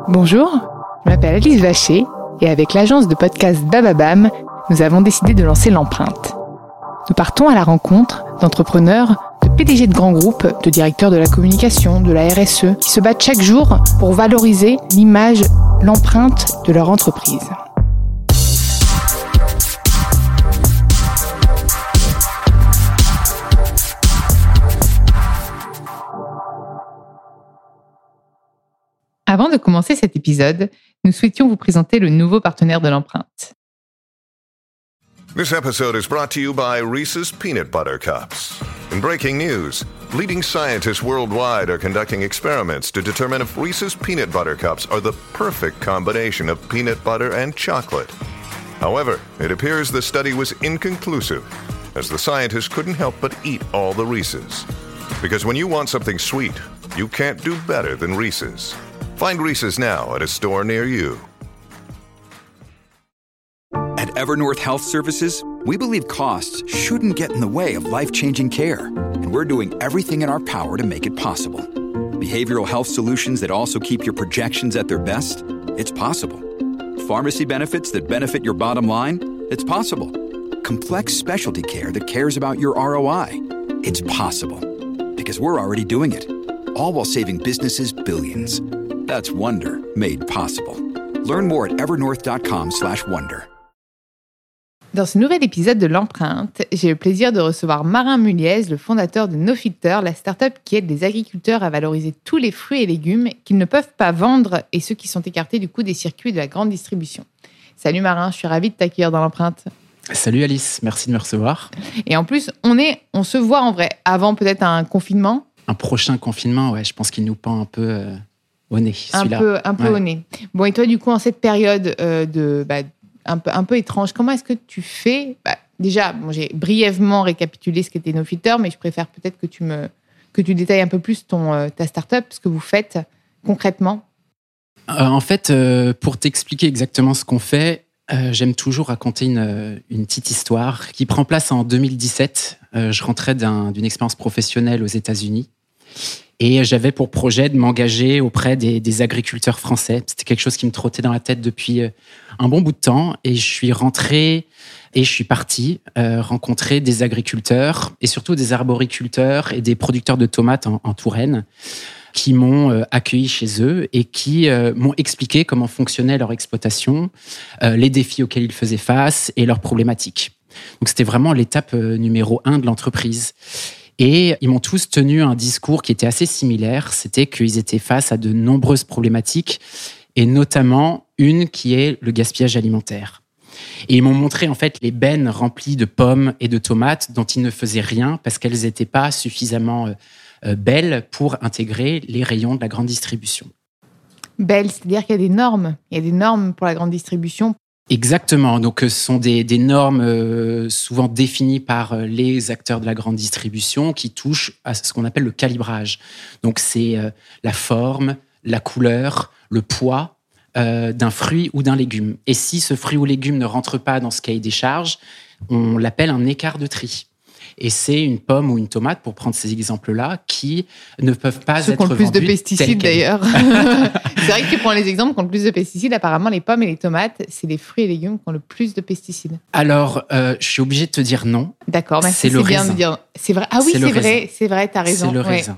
Bonjour, je m'appelle Alice Vacher et avec l'agence de podcast Bababam, nous avons décidé de lancer l'empreinte. Nous partons à la rencontre d'entrepreneurs, de PDG de grands groupes, de directeurs de la communication, de la RSE, qui se battent chaque jour pour valoriser l'image, l'empreinte de leur entreprise. Avant de commencer cet épisode, nous souhaitions vous présenter le nouveau partenaire de l'empreinte. This episode is brought to you by Reese's Peanut Butter Cups. In breaking news, leading scientists worldwide are conducting experiments to determine if Reese's Peanut Butter Cups are the perfect combination of peanut butter and chocolate. However, it appears the study was inconclusive, as the scientists couldn't help but eat all the Reese's. Because when you want something sweet, you can't do better than Reese's. Find Reese's now at a store near you. At Evernorth Health Services, we believe costs shouldn't get in the way of life-changing care, and we're doing everything in our power to make it possible. Behavioral health solutions that also keep your projections at their best? It's possible. Pharmacy benefits that benefit your bottom line? It's possible. Complex specialty care that cares about your ROI? It's possible. Because we're already doing it. All while saving businesses billions. That's Wonder made possible. Learn more at evernorth.com/wonder. Dans ce nouvel épisode de l'empreinte, j'ai le plaisir de recevoir Marin Muliez, le fondateur de No Filter, la start-up qui aide les agriculteurs à valoriser tous les fruits et légumes qu'ils ne peuvent pas vendre et ceux qui sont écartés du coup des circuits de la grande distribution. Salut Marin, je suis ravie de t'accueillir dans l'empreinte. Salut Alice, merci de me recevoir. Et en plus, on se voit en vrai, avant peut-être un confinement. Un prochain confinement, ouais, je pense qu'il nous pend un peu au nez, celui-là. Un peu au nez. Bon, et toi, du coup, en cette période un peu étrange, comment est-ce que tu fais ? Déjà, j'ai brièvement récapitulé ce qu'était No Filter, mais je préfère peut-être que tu détailles un peu plus ta start-up, ce que vous faites concrètement. En fait, pour t'expliquer exactement ce qu'on fait, j'aime toujours raconter une petite histoire qui prend place en 2017. Je rentrais d'une expérience professionnelle aux États-Unis et j'avais pour projet de m'engager auprès des agriculteurs français. C'était quelque chose qui me trottait dans la tête depuis un bon bout de temps et je suis rentré et je suis parti rencontrer des agriculteurs et surtout des arboriculteurs et des producteurs de tomates en Touraine qui m'ont accueilli chez eux et qui m'ont expliqué comment fonctionnait leur exploitation, les défis auxquels ils faisaient face et leurs problématiques. Donc c'était vraiment l'étape numéro 1 de l'entreprise. Et ils m'ont tous tenu un discours qui était assez similaire, c'était qu'ils étaient face à de nombreuses problématiques et notamment une qui est le gaspillage alimentaire. Et ils m'ont montré en fait les bennes remplies de pommes et de tomates dont ils ne faisaient rien parce qu'elles n'étaient pas suffisamment belles pour intégrer les rayons de la grande distribution. Belles, c'est-à-dire qu'il y a des normes. Il y a des normes pour la grande distribution. Exactement. Donc, ce sont des normes souvent définies par les acteurs de la grande distribution qui touchent à ce qu'on appelle le calibrage. Donc, c'est la forme, la couleur, le poids d'un fruit ou d'un légume. Et si ce fruit ou légume ne rentre pas dans ce cahier des charges, on l'appelle un écart de tri. Et c'est une pomme ou une tomate, pour prendre ces exemples-là, qui ne peuvent pas être vendues. Ceux qui ont le plus de pesticides, d'ailleurs. C'est vrai que tu prends les exemples qui ont le plus de pesticides. Apparemment, les pommes et les tomates, c'est les fruits et légumes qui ont le plus de pesticides. Alors, je suis obligé de te dire non. D'accord, merci. C'est le bien raisin. De dire. C'est vrai. Ah oui, c'est vrai, t'as raison. C'est le raisin.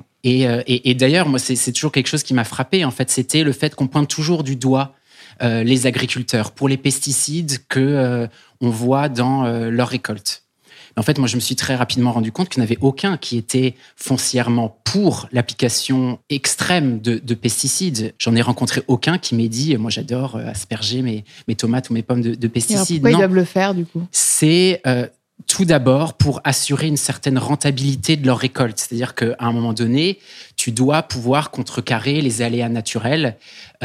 Et d'ailleurs, moi, c'est toujours quelque chose qui m'a frappé. En fait, c'était le fait qu'on pointe toujours du doigt les agriculteurs pour les pesticides que on voit dans leur récolte. En fait, moi, je me suis très rapidement rendu compte qu'il n'y en avait aucun qui était foncièrement pour l'application extrême de pesticides. J'en ai rencontré aucun qui m'ait dit « Moi, j'adore asperger mes tomates ou mes pommes de pesticides. » Pourquoi ils doivent le faire, du coup ? C'est tout d'abord pour assurer une certaine rentabilité de leur récolte. C'est-à-dire qu'à un moment donné, tu dois pouvoir contrecarrer les aléas naturels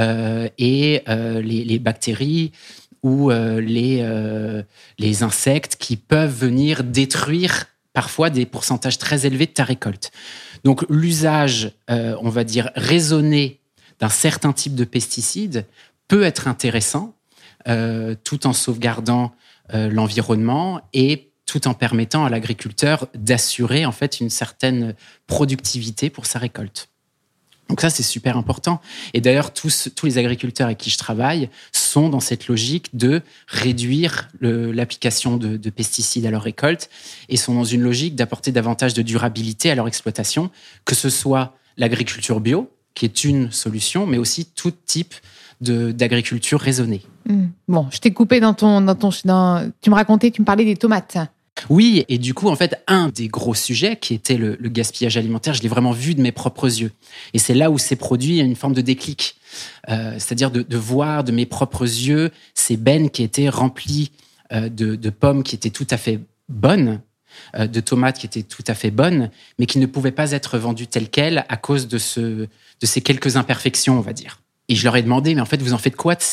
et les bactéries ou les insectes qui peuvent venir détruire parfois des pourcentages très élevés de ta récolte. Donc l'usage, on va dire, raisonné d'un certain type de pesticides peut être intéressant tout en sauvegardant l'environnement et tout en permettant à l'agriculteur d'assurer en fait une certaine productivité pour sa récolte. Donc ça, c'est super important. Et d'ailleurs, tous les agriculteurs avec qui je travaille sont dans cette logique de réduire l'application de pesticides à leur récolte et sont dans une logique d'apporter davantage de durabilité à leur exploitation, que ce soit l'agriculture bio, qui est une solution, mais aussi tout type d'agriculture raisonnée. Bon, je t'ai coupé tu me parlais des tomates. Oui, et du coup, en fait, un des gros sujets qui était le gaspillage alimentaire, je l'ai vraiment vu de mes propres yeux. Et c'est là où s'est produit une forme de déclic. C'est-à-dire de voir de mes propres yeux ces bennes qui étaient remplies de pommes qui étaient tout à fait bonnes, de tomates qui étaient tout à fait bonnes, mais qui ne pouvaient pas être vendues telles quelles à cause de ces quelques imperfections, on va dire. Et je leur ai demandé, mais en fait, vous en faites quoi de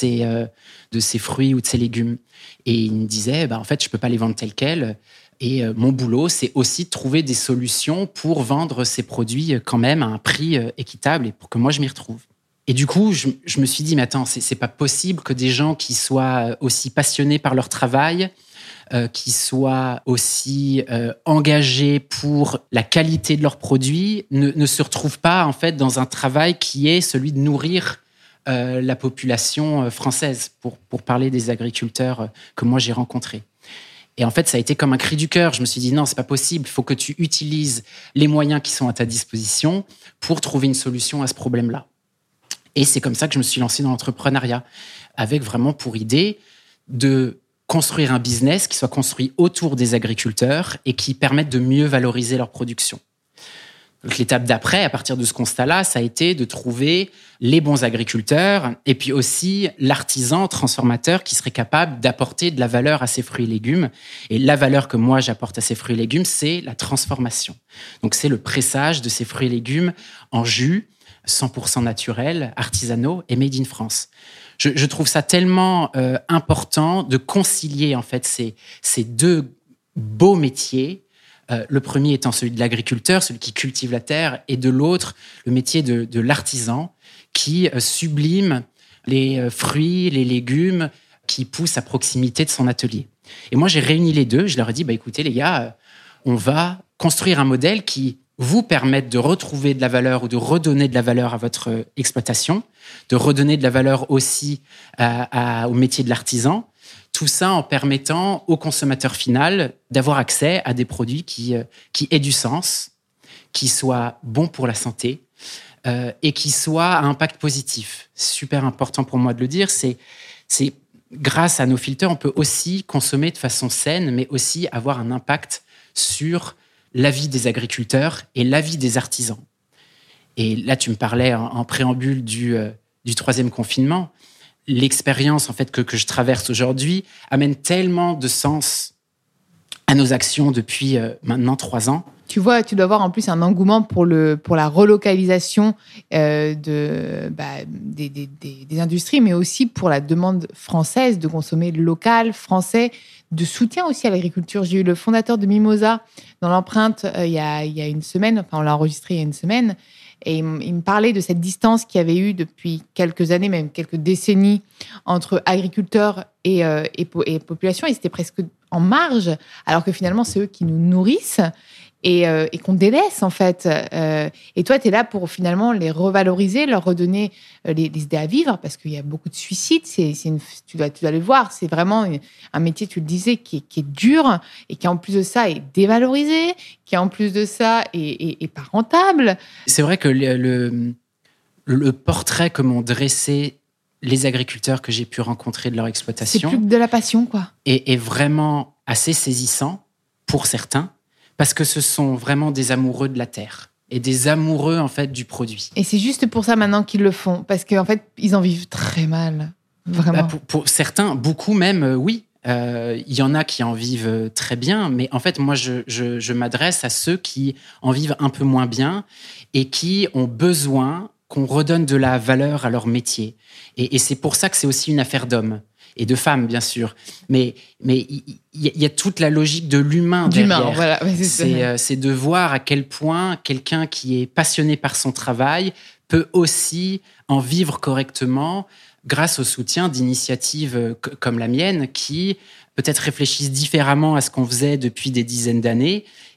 ces fruits ou de ces légumes ? Et ils me disaient, en fait, je peux pas les vendre tels quels. Et mon boulot, c'est aussi de trouver des solutions pour vendre ces produits quand même à un prix équitable et pour que moi, je m'y retrouve. Et du coup, je me suis dit, mais attends, c'est pas possible que des gens qui soient aussi passionnés par leur travail, qui soient aussi engagés pour la qualité de leurs produits, ne se retrouvent pas, en fait, dans un travail qui est celui de nourrir la population française, pour parler des agriculteurs que moi j'ai rencontrés. Et en fait, ça a été comme un cri du cœur. Je me suis dit, non, c'est pas possible. Il faut que tu utilises les moyens qui sont à ta disposition pour trouver une solution à ce problème-là. Et c'est comme ça que je me suis lancé dans l'entrepreneuriat, avec vraiment pour idée de construire un business qui soit construit autour des agriculteurs et qui permette de mieux valoriser leur production. Donc, l'étape d'après, à partir de ce constat-là, ça a été de trouver les bons agriculteurs et puis aussi l'artisan transformateur qui serait capable d'apporter de la valeur à ces fruits et légumes. Et la valeur que moi, j'apporte à ces fruits et légumes, c'est la transformation. Donc, c'est le pressage de ces fruits et légumes en jus 100% naturels, artisanaux et made in France. Je trouve ça tellement important de concilier en fait ces deux beaux métiers. Le premier étant celui de l'agriculteur, celui qui cultive la terre, et de l'autre, le métier de l'artisan qui sublime les fruits, les légumes qui poussent à proximité de son atelier. Et moi, j'ai réuni les deux. Je leur ai dit, écoutez les gars, on va construire un modèle qui vous permette de retrouver de la valeur ou de redonner de la valeur à votre exploitation, de redonner de la valeur aussi au métier de l'artisan. Tout ça en permettant au consommateur final d'avoir accès à des produits qui aient du sens, qui soient bons pour la santé et qui soient à impact positif. Super important pour moi de le dire, c'est grâce à nos filters, on peut aussi consommer de façon saine, mais aussi avoir un impact sur la vie des agriculteurs et la vie des artisans. Et là, tu me parlais en préambule du troisième confinement. L'expérience en fait que je traverse aujourd'hui amène tellement de sens à nos actions depuis maintenant 3 ans. Tu dois avoir en plus un engouement pour la relocalisation des industries, mais aussi pour la demande française de consommer local, français, de soutien aussi à l'agriculture. J'ai eu le fondateur de Mimosa dans l'empreinte il y a une semaine, enfin on l'a enregistré il y a une semaine, et il me parlait de cette distance qu'il y avait eu depuis quelques années, même quelques décennies, entre agriculteurs et population, et c'était presque en marge, alors que finalement c'est eux qui nous nourrissent et qu'on délaisse en fait. Et toi, tu es là pour finalement les revaloriser, leur redonner les idées à vivre, parce qu'il y a beaucoup de suicides. Tu dois le voir, c'est vraiment un métier, tu le disais, qui est dur et qui en plus de ça est dévalorisé, qui en plus de ça est pas rentable. C'est vrai que le portrait que m'ont dressé les agriculteurs que j'ai pu rencontrer de leur exploitation, c'est plus que de la passion, quoi. Est vraiment assez saisissant pour certains, parce que ce sont vraiment des amoureux de la terre et des amoureux en fait du produit. Et c'est juste pour ça maintenant qu'ils le font, parce qu'en fait ils en vivent très mal, vraiment. Pour certains, beaucoup même, oui. Il y en a qui en vivent très bien, mais en fait moi je m'adresse à ceux qui en vivent un peu moins bien et qui ont besoin qu'on redonne de la valeur à leur métier. Et c'est pour ça que c'est aussi une affaire d'hommes. Et de femmes, bien sûr. Mais il y a toute la logique de l'humain derrière. Voilà. C'est de voir à quel point quelqu'un qui est passionné par son travail peut aussi en vivre correctement grâce au soutien d'initiatives comme la mienne qui peut-être réfléchissent différemment à ce qu'on faisait depuis des dizaines d'années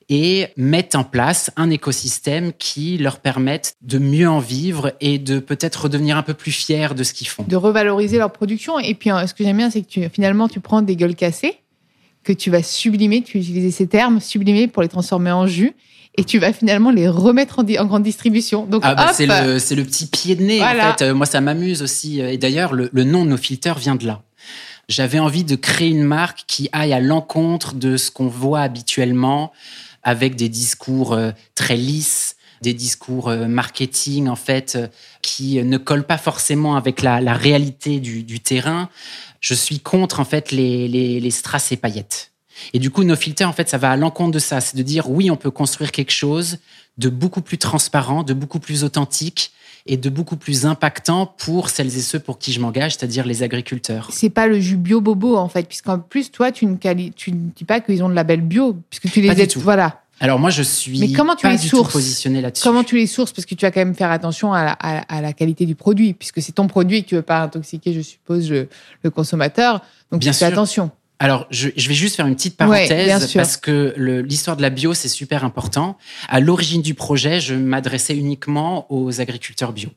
et mettent en place un écosystème qui leur permette de mieux en vivre et de peut-être redevenir un peu plus fiers de ce qu'ils font. De revaloriser leur production. Et puis, ce que j'aime bien, c'est que finalement, tu prends des gueules cassées que tu vas sublimer, tu utilises ces termes, sublimer pour les transformer en jus. Et tu vas finalement les remettre en grande distribution. Donc, c'est le petit pied de nez, voilà. En fait. Moi, ça m'amuse aussi. Et d'ailleurs, le nom de nos filters vient de là. J'avais envie de créer une marque qui aille à l'encontre de ce qu'on voit habituellement, avec des discours très lisses, des discours marketing, en fait, qui ne collent pas forcément avec la réalité du terrain. Je suis contre, en fait, les strass et paillettes. Et du coup, nos filters, en fait, ça va à l'encontre de ça. C'est de dire, oui, on peut construire quelque chose de beaucoup plus transparent, de beaucoup plus authentique et de beaucoup plus impactant pour celles et ceux pour qui je m'engage, c'est-à-dire les agriculteurs. C'est pas le jus bio bobo, en fait, puisqu'en plus, toi, tu ne dis pas qu'ils ont le label bio, puisque tu les aides. Voilà. Alors moi, je suis pas du tout positionné là-dessus. Comment tu les sources? Parce que tu vas quand même faire attention à la qualité du produit, puisque c'est ton produit et que tu veux pas intoxiquer, je suppose, le consommateur. Donc, tu fais attention. Alors, je vais juste faire une petite parenthèse parce que l'histoire de la bio, c'est super important. À l'origine du projet, je m'adressais uniquement aux agriculteurs bio.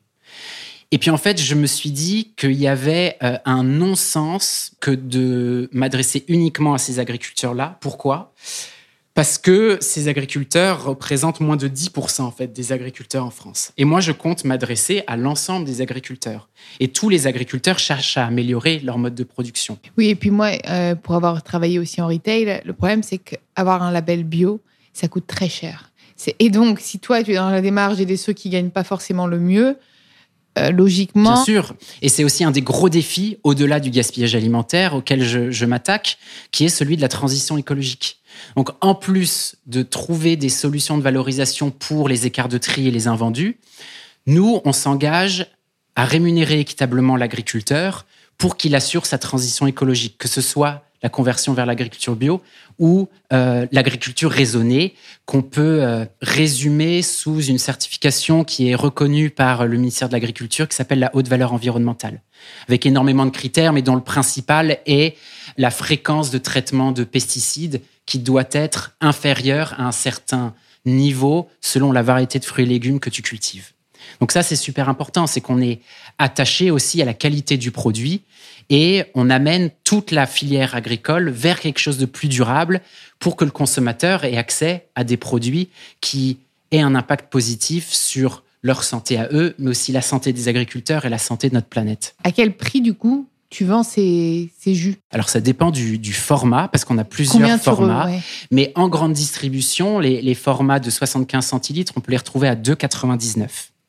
Et puis, en fait, je me suis dit qu'il y avait un non-sens que de m'adresser uniquement à ces agriculteurs-là. Pourquoi ? Parce que ces agriculteurs représentent moins de 10% en fait, des agriculteurs en France. Et moi, je compte m'adresser à l'ensemble des agriculteurs. Et tous les agriculteurs cherchent à améliorer leur mode de production. Oui, et puis moi, pour avoir travaillé aussi en retail, le problème, c'est qu'avoir un label bio, ça coûte très cher. Et donc, si toi, tu es dans la démarche et ceux qui ne gagnent pas forcément le mieux, logiquement... Bien sûr. Et c'est aussi un des gros défis, au-delà du gaspillage alimentaire, auquel je m'attaque, qui est celui de la transition écologique. Donc, en plus de trouver des solutions de valorisation pour les écarts de tri et les invendus, nous, on s'engage à rémunérer équitablement l'agriculteur pour qu'il assure sa transition écologique, que ce soit la conversion vers l'agriculture bio ou l'agriculture raisonnée, qu'on peut résumer sous une certification qui est reconnue par le ministère de l'Agriculture, qui s'appelle la haute valeur environnementale, avec énormément de critères, mais dont le principal est la fréquence de traitement de pesticides qui doit être inférieure à un certain niveau selon la variété de fruits et légumes que tu cultives. Donc ça, c'est super important, c'est qu'on est attaché aussi à la qualité du produit et on amène toute la filière agricole vers quelque chose de plus durable pour que le consommateur ait accès à des produits qui aient un impact positif sur leur santé à eux, mais aussi la santé des agriculteurs et la santé de notre planète. À quel prix, du coup, tu vends ces jus? Alors, ça dépend du format, parce qu'on a plusieurs formats. Mais en grande distribution, les formats de 75 centilitres, on peut les retrouver à 2,99.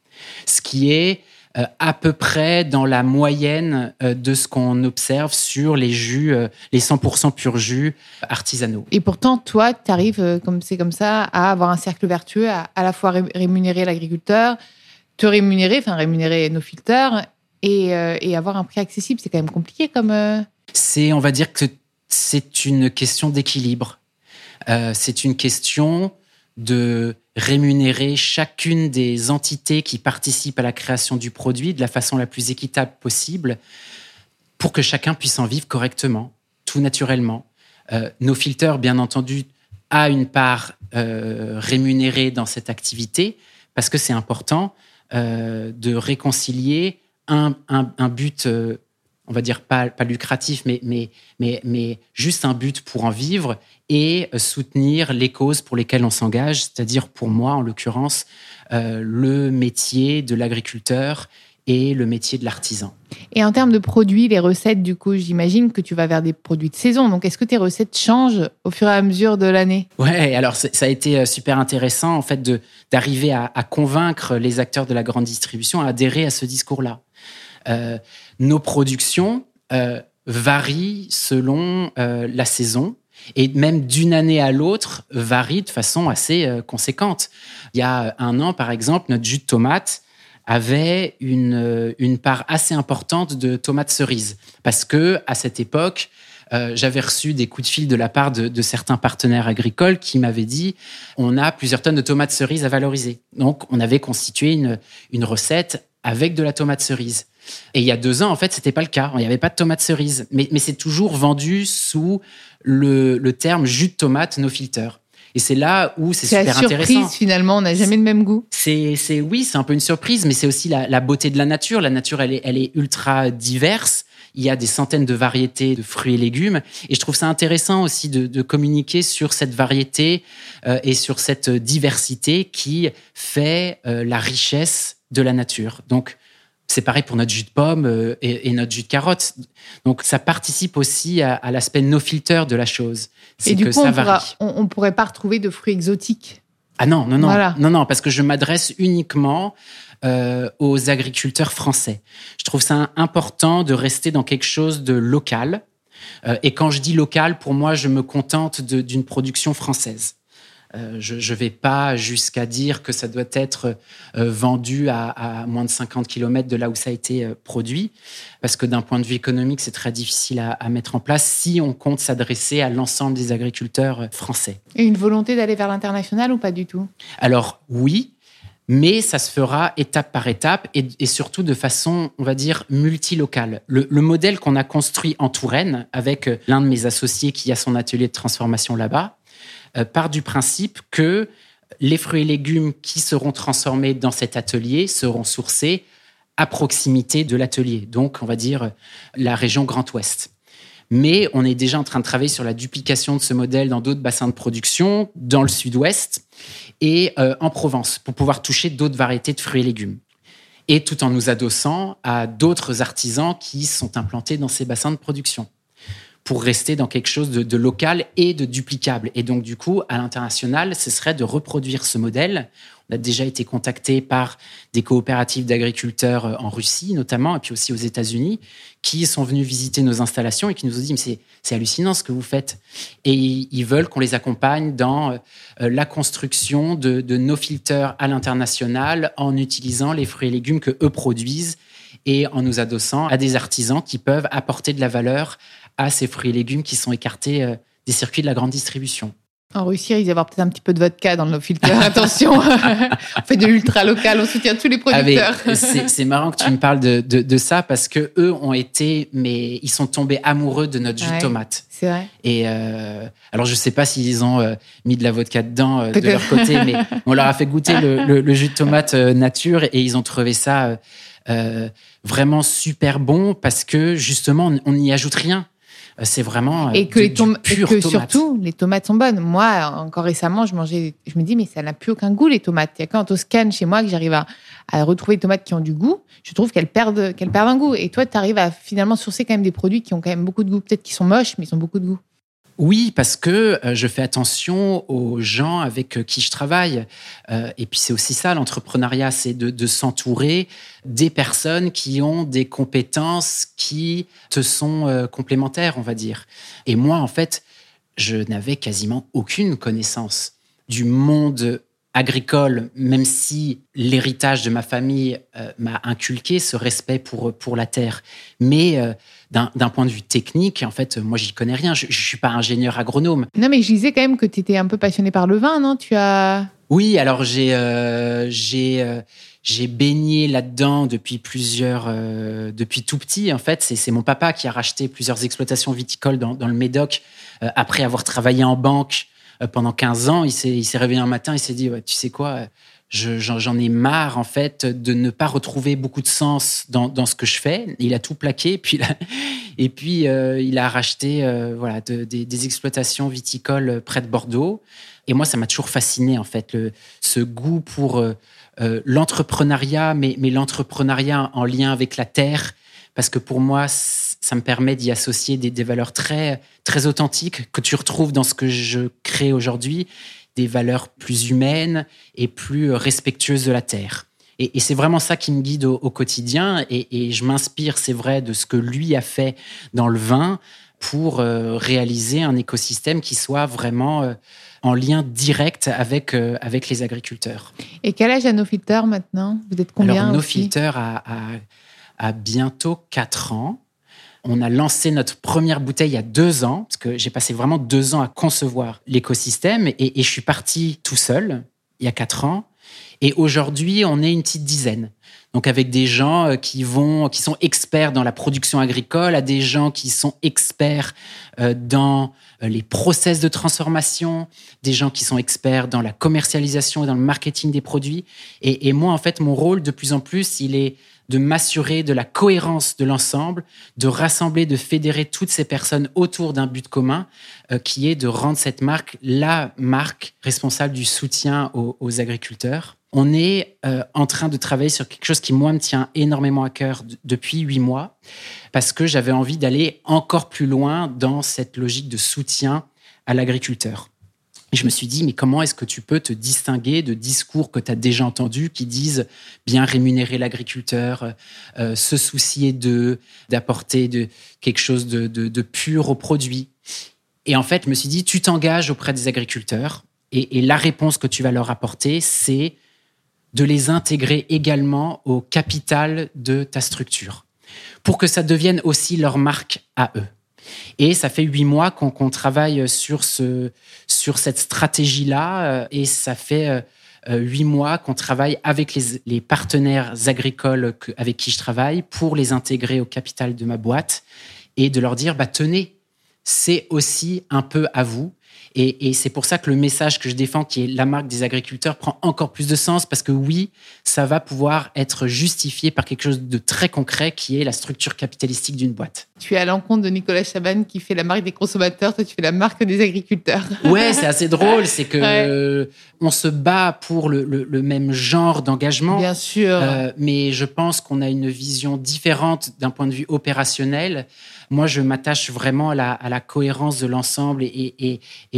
Ce qui est à peu près dans la moyenne de ce qu'on observe sur les jus, les 100% pur jus artisanaux. Et pourtant, toi, tu arrives, comme ça, à avoir un cercle vertueux, à la fois rémunérer l'agriculteur, rémunérer nos filters et avoir un prix accessible. C'est quand même compliqué comme... On va dire que c'est une question d'équilibre. C'est une question de rémunérer chacune des entités qui participent à la création du produit de la façon la plus équitable possible pour que chacun puisse en vivre correctement, tout naturellement. Nos filters, bien entendu, a une part rémunérée dans cette activité parce que c'est important de réconcilier un but, on va dire pas lucratif, mais juste un but pour en vivre et soutenir les causes pour lesquelles on s'engage, c'est-à-dire pour moi, en l'occurrence, le métier de l'agriculteur et le métier de l'artisan. Et en termes de produits, les recettes, du coup, j'imagine que tu vas vers des produits de saison. Donc, est-ce que tes recettes changent au fur et à mesure de l'année ? Ouais, alors ça a été super intéressant, en fait, d'arriver à convaincre les acteurs de la grande distribution à adhérer à ce discours-là. Nos productions varient selon la saison et même d'une année à l'autre varient de façon assez conséquente. Il y a un an, par exemple, notre jus de tomate avait une part assez importante de tomates cerises parce que à cette époque, j'avais reçu des coups de fil de la part de certains partenaires agricoles qui m'avaient dit on a plusieurs tonnes de tomates cerises à valoriser. Donc, on avait constitué une recette avec de la tomate cerise. Et il y a 2 ans, en fait, c'était pas le cas. Il n'y avait pas de tomates cerises. Mais c'est toujours vendu sous le terme jus de tomate no filter. Et c'est là où c'est super intéressant. C'est la surprise, finalement, on n'a jamais le même goût. C'est un peu une surprise, mais c'est aussi la beauté de la nature. La nature, elle est ultra diverse. Il y a des centaines de variétés de fruits et légumes. Et je trouve ça intéressant aussi de communiquer sur cette variété et sur cette diversité qui fait la richesse de la nature. Donc, c'est pareil pour notre jus de pomme et notre jus de carotte. Donc, ça participe aussi à l'aspect no filter de la chose. Et du coup, on pourrait pas retrouver de fruits exotiques. Ah non, Voilà. non, parce que je m'adresse uniquement aux agriculteurs français. Je trouve ça important de rester dans quelque chose de local. Et quand je dis local, pour moi, je me contente d'une production française. Je ne vais pas jusqu'à dire que ça doit être vendu à moins de 50 km de là où ça a été produit, parce que d'un point de vue économique, c'est très difficile à mettre en place si on compte s'adresser à l'ensemble des agriculteurs français. Et une volonté d'aller vers l'international ou pas du tout ? Alors oui, mais ça se fera étape par étape et surtout de façon, on va dire, multilocale. Le modèle qu'on a construit en Touraine avec l'un de mes associés qui a son atelier de transformation là-bas, part du principe que les fruits et légumes qui seront transformés dans cet atelier seront sourcés à proximité de l'atelier, donc on va dire la région Grand Ouest. Mais on est déjà en train de travailler sur la duplication de ce modèle dans d'autres bassins de production, dans le sud-ouest et en Provence, pour pouvoir toucher d'autres variétés de fruits et légumes. Et tout en nous adossant à d'autres artisans qui sont implantés dans ces bassins de production, pour rester dans quelque chose de local et de duplicable. Et donc, du coup, à l'international, ce serait de reproduire ce modèle. On a déjà été contacté par des coopératives d'agriculteurs en Russie, notamment, et puis aussi aux États-Unis, qui sont venus visiter nos installations et qui nous ont dit « mais c'est hallucinant ce que vous faites ». Et ils veulent qu'on les accompagne dans la construction de no filter à l'international en utilisant les fruits et légumes que eux produisent et en nous adossant à des artisans qui peuvent apporter de la valeur à ces fruits et légumes qui sont écartés des circuits de la grande distribution. En Russie, il risque d'y avoir peut-être un petit peu de vodka dans le no-filter. Attention, on fait de l'ultra-local, on soutient tous les producteurs. C'est marrant que tu me parles de ça parce que eux ils sont tombés amoureux de notre jus de tomate. C'est vrai. Et alors, je sais pas s'ils ont mis de la vodka dedans de leur côté, mais on leur a fait goûter le jus de tomate nature et ils ont trouvé ça vraiment super bon parce que justement, on n'y ajoute rien. C'est vraiment et que pur tomate. Surtout les tomates sont bonnes. Moi, encore récemment, je me dis mais ça n'a plus aucun goût les tomates. Il y a quand au scan chez moi que j'arrive à retrouver des tomates qui ont du goût. Je trouve qu'elles perdent un goût. Et toi, tu arrives à finalement sourcer quand même des produits qui ont quand même beaucoup de goût. Peut-être qu'ils sont moches, mais ils ont beaucoup de goût. Oui, parce que je fais attention aux gens avec qui je travaille. Et puis c'est aussi ça, l'entrepreneuriat, c'est de s'entourer des personnes qui ont des compétences qui te sont complémentaires, on va dire. Et moi, en fait, je n'avais quasiment aucune connaissance du monde agricole, même si l'héritage de ma famille m'a inculqué ce respect pour la terre. Mais d'un point de vue technique, en fait, moi, j'y connais rien. Je suis pas ingénieur agronome. Non, mais je disais quand même que tu étais un peu passionné par le vin, non ? Oui, alors j'ai baigné là-dedans depuis tout petit. En fait, c'est mon papa qui a racheté plusieurs exploitations viticoles dans le Médoc après avoir travaillé en banque pendant 15 ans. Il s'est réveillé un matin, il s'est dit tu sais quoi, j'en ai marre en fait de ne pas retrouver beaucoup de sens dans ce que je fais. Il a tout plaqué et puis il a racheté des exploitations viticoles près de Bordeaux. Et moi, ça m'a toujours fasciné en fait ce goût pour l'entrepreneuriat, mais l'entrepreneuriat en lien avec la terre, parce que pour moi, ça me permet d'y associer des valeurs très, très authentiques que tu retrouves dans ce que je crée aujourd'hui, des valeurs plus humaines et plus respectueuses de la terre. Et c'est vraiment ça qui me guide au quotidien. Et je m'inspire, c'est vrai, de ce que lui a fait dans le vin pour réaliser un écosystème qui soit vraiment en lien direct avec les agriculteurs. Et quel âge a No Filter maintenant ? Vous êtes combien ? Alors, No Filter a bientôt 4 ans. On a lancé notre première bouteille il y a 2 ans, parce que j'ai passé vraiment 2 ans à concevoir l'écosystème et je suis parti tout seul il y a 4 ans. Et aujourd'hui, on est une petite dizaine. Donc avec des gens qui sont experts dans la production agricole, à des gens qui sont experts dans les process de transformation, des gens qui sont experts dans la commercialisation et dans le marketing des produits. Et moi, en fait, mon rôle, de plus en plus, il est de m'assurer de la cohérence de l'ensemble, de rassembler, de fédérer toutes ces personnes autour d'un but commun, qui est de rendre cette marque la marque responsable du soutien aux agriculteurs. On est en train de travailler sur quelque chose qui, moi, me tient énormément à cœur depuis 8 mois, parce que j'avais envie d'aller encore plus loin dans cette logique de soutien à l'agriculteur. Et je me suis dit, mais comment est-ce que tu peux te distinguer de discours que tu as déjà entendus qui disent bien rémunérer l'agriculteur, se soucier d'apporter quelque chose de pur au produit. Et en fait, je me suis dit, tu t'engages auprès des agriculteurs et la réponse que tu vas leur apporter, c'est de les intégrer également au capital de ta structure pour que ça devienne aussi leur marque à eux. Et ça fait 8 mois qu'on travaille sur cette stratégie-là et ça fait 8 mois qu'on travaille avec les partenaires agricoles avec qui je travaille pour les intégrer au capital de ma boîte et de leur dire, tenez, c'est aussi un peu à vous. Et c'est pour ça que le message que je défends, qui est la marque des agriculteurs, prend encore plus de sens parce que oui, ça va pouvoir être justifié par quelque chose de très concret qui est la structure capitalistique d'une boîte. Tu es à l'encontre de Nicolas Chaban qui fait la marque des consommateurs, toi tu fais la marque des agriculteurs. Ouais, c'est assez drôle, c'est que on se bat pour le même genre d'engagement. Bien sûr. Mais je pense qu'on a une vision différente d'un point de vue opérationnel. Moi, je m'attache vraiment à la cohérence de l'ensemble et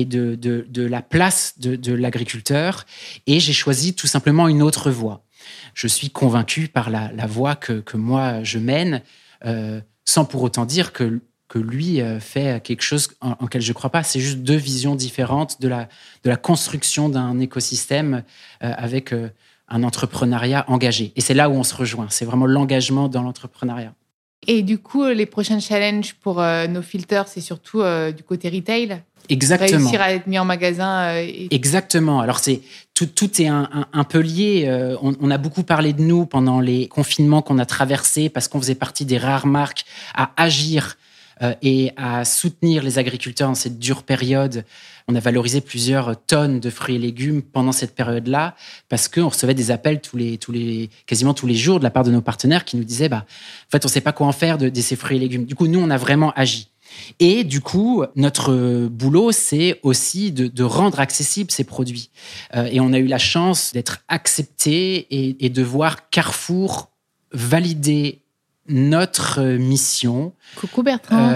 de la place de l'agriculteur. Et j'ai choisi tout simplement une autre voie. Je suis convaincu par la voie que moi, je mène, sans pour autant dire que lui fait quelque chose en lequel je ne crois pas. C'est juste 2 visions différentes de la construction d'un écosystème avec un entrepreneuriat engagé. Et c'est là où on se rejoint. C'est vraiment l'engagement dans l'entrepreneuriat. Et du coup, les prochains challenges pour nos filters, c'est surtout du côté retail. Exactement. Réussir à être mis en magasin. Exactement. Alors, tout est un peu lié. On a beaucoup parlé de nous pendant les confinements qu'on a traversés parce qu'on faisait partie des rares marques à agir et à soutenir les agriculteurs dans cette dure période. On a valorisé plusieurs tonnes de fruits et légumes pendant cette période-là parce qu'on recevait des appels quasiment tous les jours de la part de nos partenaires qui nous disaient en fait, on ne sait pas quoi en faire de ces fruits et légumes. Du coup, nous, on a vraiment agi. Et du coup, notre boulot, c'est aussi de rendre accessibles ces produits. Et on a eu la chance d'être acceptés et de voir Carrefour valider notre mission. Coucou Bertrand.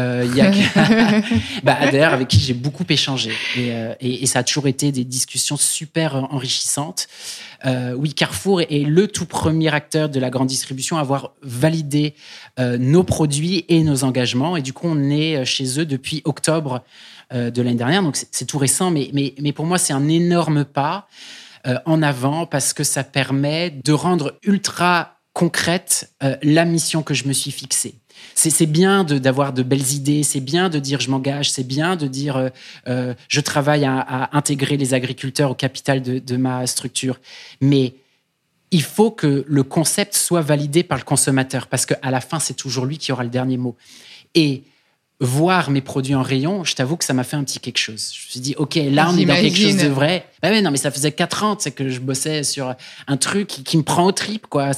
D'ailleurs, avec qui j'ai beaucoup échangé. Et ça a toujours été des discussions super enrichissantes. Oui, Carrefour est le tout premier acteur de la grande distribution à avoir validé nos produits et nos engagements. Et du coup, on est chez eux depuis octobre de l'année dernière. Donc, c'est tout récent. Mais pour moi, c'est un énorme pas en avant parce que ça permet de rendre ultra concrète la mission que je me suis fixée. C'est bien d'avoir de belles idées, c'est bien de dire je m'engage, c'est bien de dire je travaille à intégrer les agriculteurs au capital de ma structure. Mais il faut que le concept soit validé par le consommateur parce qu'à la fin, c'est toujours lui qui aura le dernier mot. Et voir mes produits en rayon, je t'avoue que ça m'a fait un petit quelque chose. Je me suis dit, OK, là, on est dans quelque chose de vrai. Non, mais ça faisait 4 ans que je bossais sur un truc qui me prend aux tripes, quoi.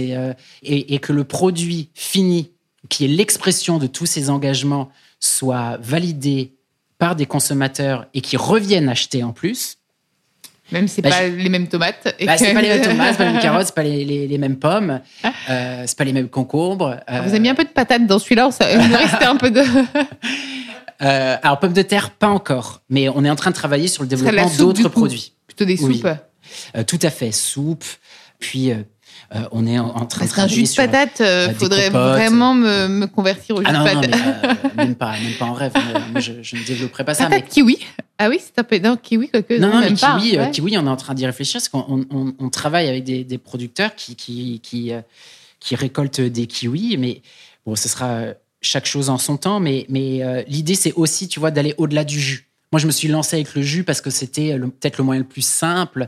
Et que le produit fini, qui est l'expression de tous ces engagements, soit validé par des consommateurs et qui reviennent acheter en plus. Même si c'est pas les mêmes tomates. C'est pas les mêmes tomates, c'est pas les mêmes carottes, c'est pas les mêmes pommes, c'est pas les mêmes concombres. Vous avez mis un peu de patate dans celui-là, ça me restait un peu de... Alors, pommes de terre, pas encore. Mais on est en train de travailler sur le développement d'autres produits. Plutôt des soupes. Oui. Tout à fait, soupe. Puis, on est en train de travailler sur... Parce qu'un jus de patate, faudrait vraiment me convertir au jus de patate. Non, même pas en rêve. Moi, je ne développerai pas ça. Patate kiwi. Ah oui, c'est un peu... Non, kiwi, quoique... Non, mais kiwi, on est en train d'y réfléchir parce qu'on travaille avec des producteurs qui récoltent des kiwis. Mais bon, ce sera chaque chose en son temps. Mais l'idée, c'est aussi, tu vois, d'aller au-delà du jus. Moi, je me suis lancé avec le jus parce que c'était peut-être le moyen le plus simple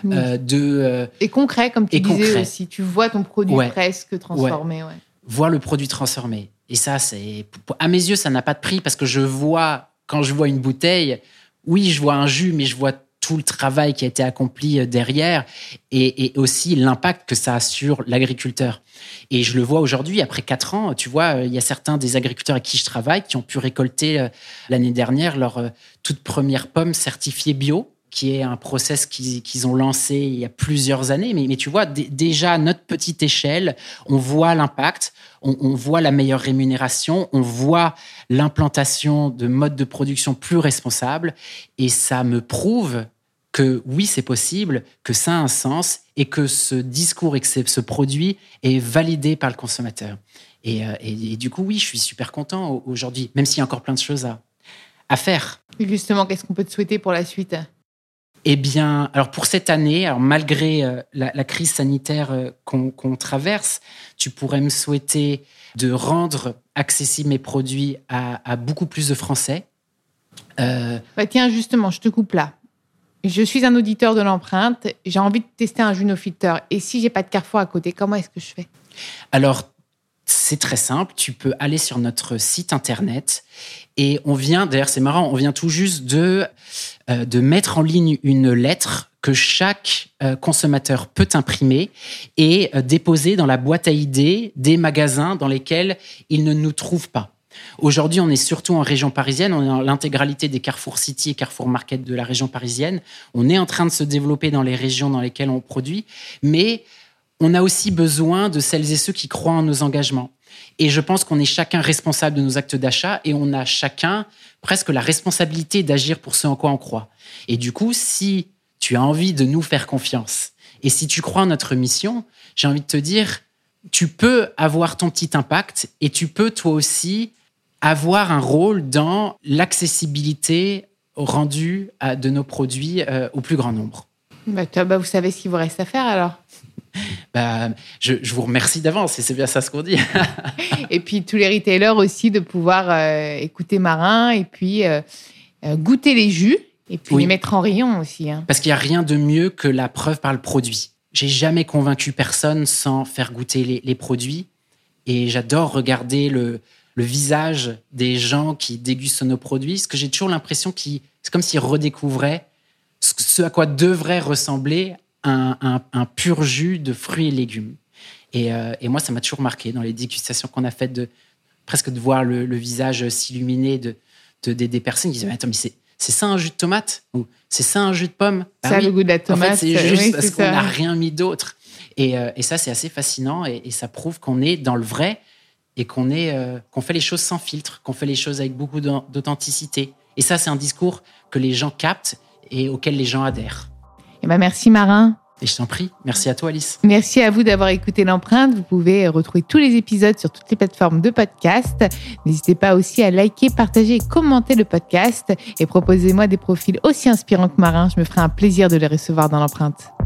et concret, comme tu disais aussi. Tu vois ton produit presque transformé. Ouais. Voir le produit transformé. Et ça, à mes yeux, ça n'a pas de prix parce que quand je vois une bouteille, oui, je vois un jus, mais je vois tout le travail qui a été accompli derrière et aussi l'impact que ça a sur l'agriculteur. Et je le vois aujourd'hui, après 4 ans, tu vois, il y a certains des agriculteurs avec qui je travaille qui ont pu récolter l'année dernière leur toute première pomme certifiée bio, qui est un process qu'ils ont lancé il y a plusieurs années. Mais tu vois, déjà, à notre petite échelle, on voit l'impact, on voit la meilleure rémunération, on voit l'implantation de modes de production plus responsables. Et ça me prouve que oui, c'est possible, que ça a un sens et que ce discours et que ce produit est validé par le consommateur. Et du coup, oui, je suis super content aujourd'hui, même s'il y a encore plein de choses à faire. Et justement, qu'est-ce qu'on peut te souhaiter pour la suite ? Eh bien, alors pour cette année, alors malgré la crise sanitaire qu'on traverse, tu pourrais me souhaiter de rendre accessibles mes produits à beaucoup plus de Français. Tiens, justement, je te coupe là. Je suis un auditeur de l'empreinte, j'ai envie de tester un jus no filter. Et si j'ai pas de Carrefour à côté, comment est-ce que je fais ? Alors, c'est très simple. Tu peux aller sur notre site internet et d'ailleurs c'est marrant, on vient tout juste de mettre en ligne une lettre que chaque consommateur peut imprimer et déposer dans la boîte à idées des magasins dans lesquels il ne nous trouve pas. Aujourd'hui, on est surtout en région parisienne. On est dans l'intégralité des Carrefour City et Carrefour Market de la région parisienne. On est en train de se développer dans les régions dans lesquelles on produit. Mais on a aussi besoin de celles et ceux qui croient en nos engagements. Et je pense qu'on est chacun responsable de nos actes d'achat et on a chacun presque la responsabilité d'agir pour ce en quoi on croit. Et du coup, si tu as envie de nous faire confiance et si tu crois en notre mission, j'ai envie de te dire, tu peux avoir ton petit impact et tu peux toi aussi avoir un rôle dans l'accessibilité rendue de nos produits au plus grand nombre. Vous savez ce qu'il vous reste à faire alors ? Je vous remercie d'avance et c'est bien ça ce qu'on dit. Et puis tous les retailers aussi de pouvoir écouter Marin et puis goûter les jus et puis les mettre en rayon aussi. Hein. Parce qu'il n'y a rien de mieux que la preuve par le produit. J'ai jamais convaincu personne sans faire goûter les produits et j'adore regarder le visage des gens qui dégustent nos produits, parce que j'ai toujours l'impression c'est comme s'ils redécouvraient ce à quoi devrait ressembler un pur jus de fruits et légumes. Et moi, ça m'a toujours marqué dans les dégustations qu'on a faites, presque de voir le visage s'illuminer des personnes qui disaient « Attends, mais c'est ça un jus de tomate ?» ou « C'est ça un jus de pomme ?» Le goût de la tomate. En fait, c'est juste parce qu'on n'a rien mis d'autre. Et ça, c'est assez fascinant et ça prouve qu'on est dans le vrai et qu'on fait les choses sans filtre, qu'on fait les choses avec beaucoup d'authenticité. Et ça, c'est un discours que les gens captent et auquel les gens adhèrent. Merci Marin. Et je t'en prie. Merci à toi, Alice. Merci à vous d'avoir écouté l'empreinte. Vous pouvez retrouver tous les épisodes sur toutes les plateformes de podcast. N'hésitez pas aussi à liker, partager et commenter le podcast. Et proposez-moi des profils aussi inspirants que Marin. Je me ferai un plaisir de les recevoir dans l'empreinte.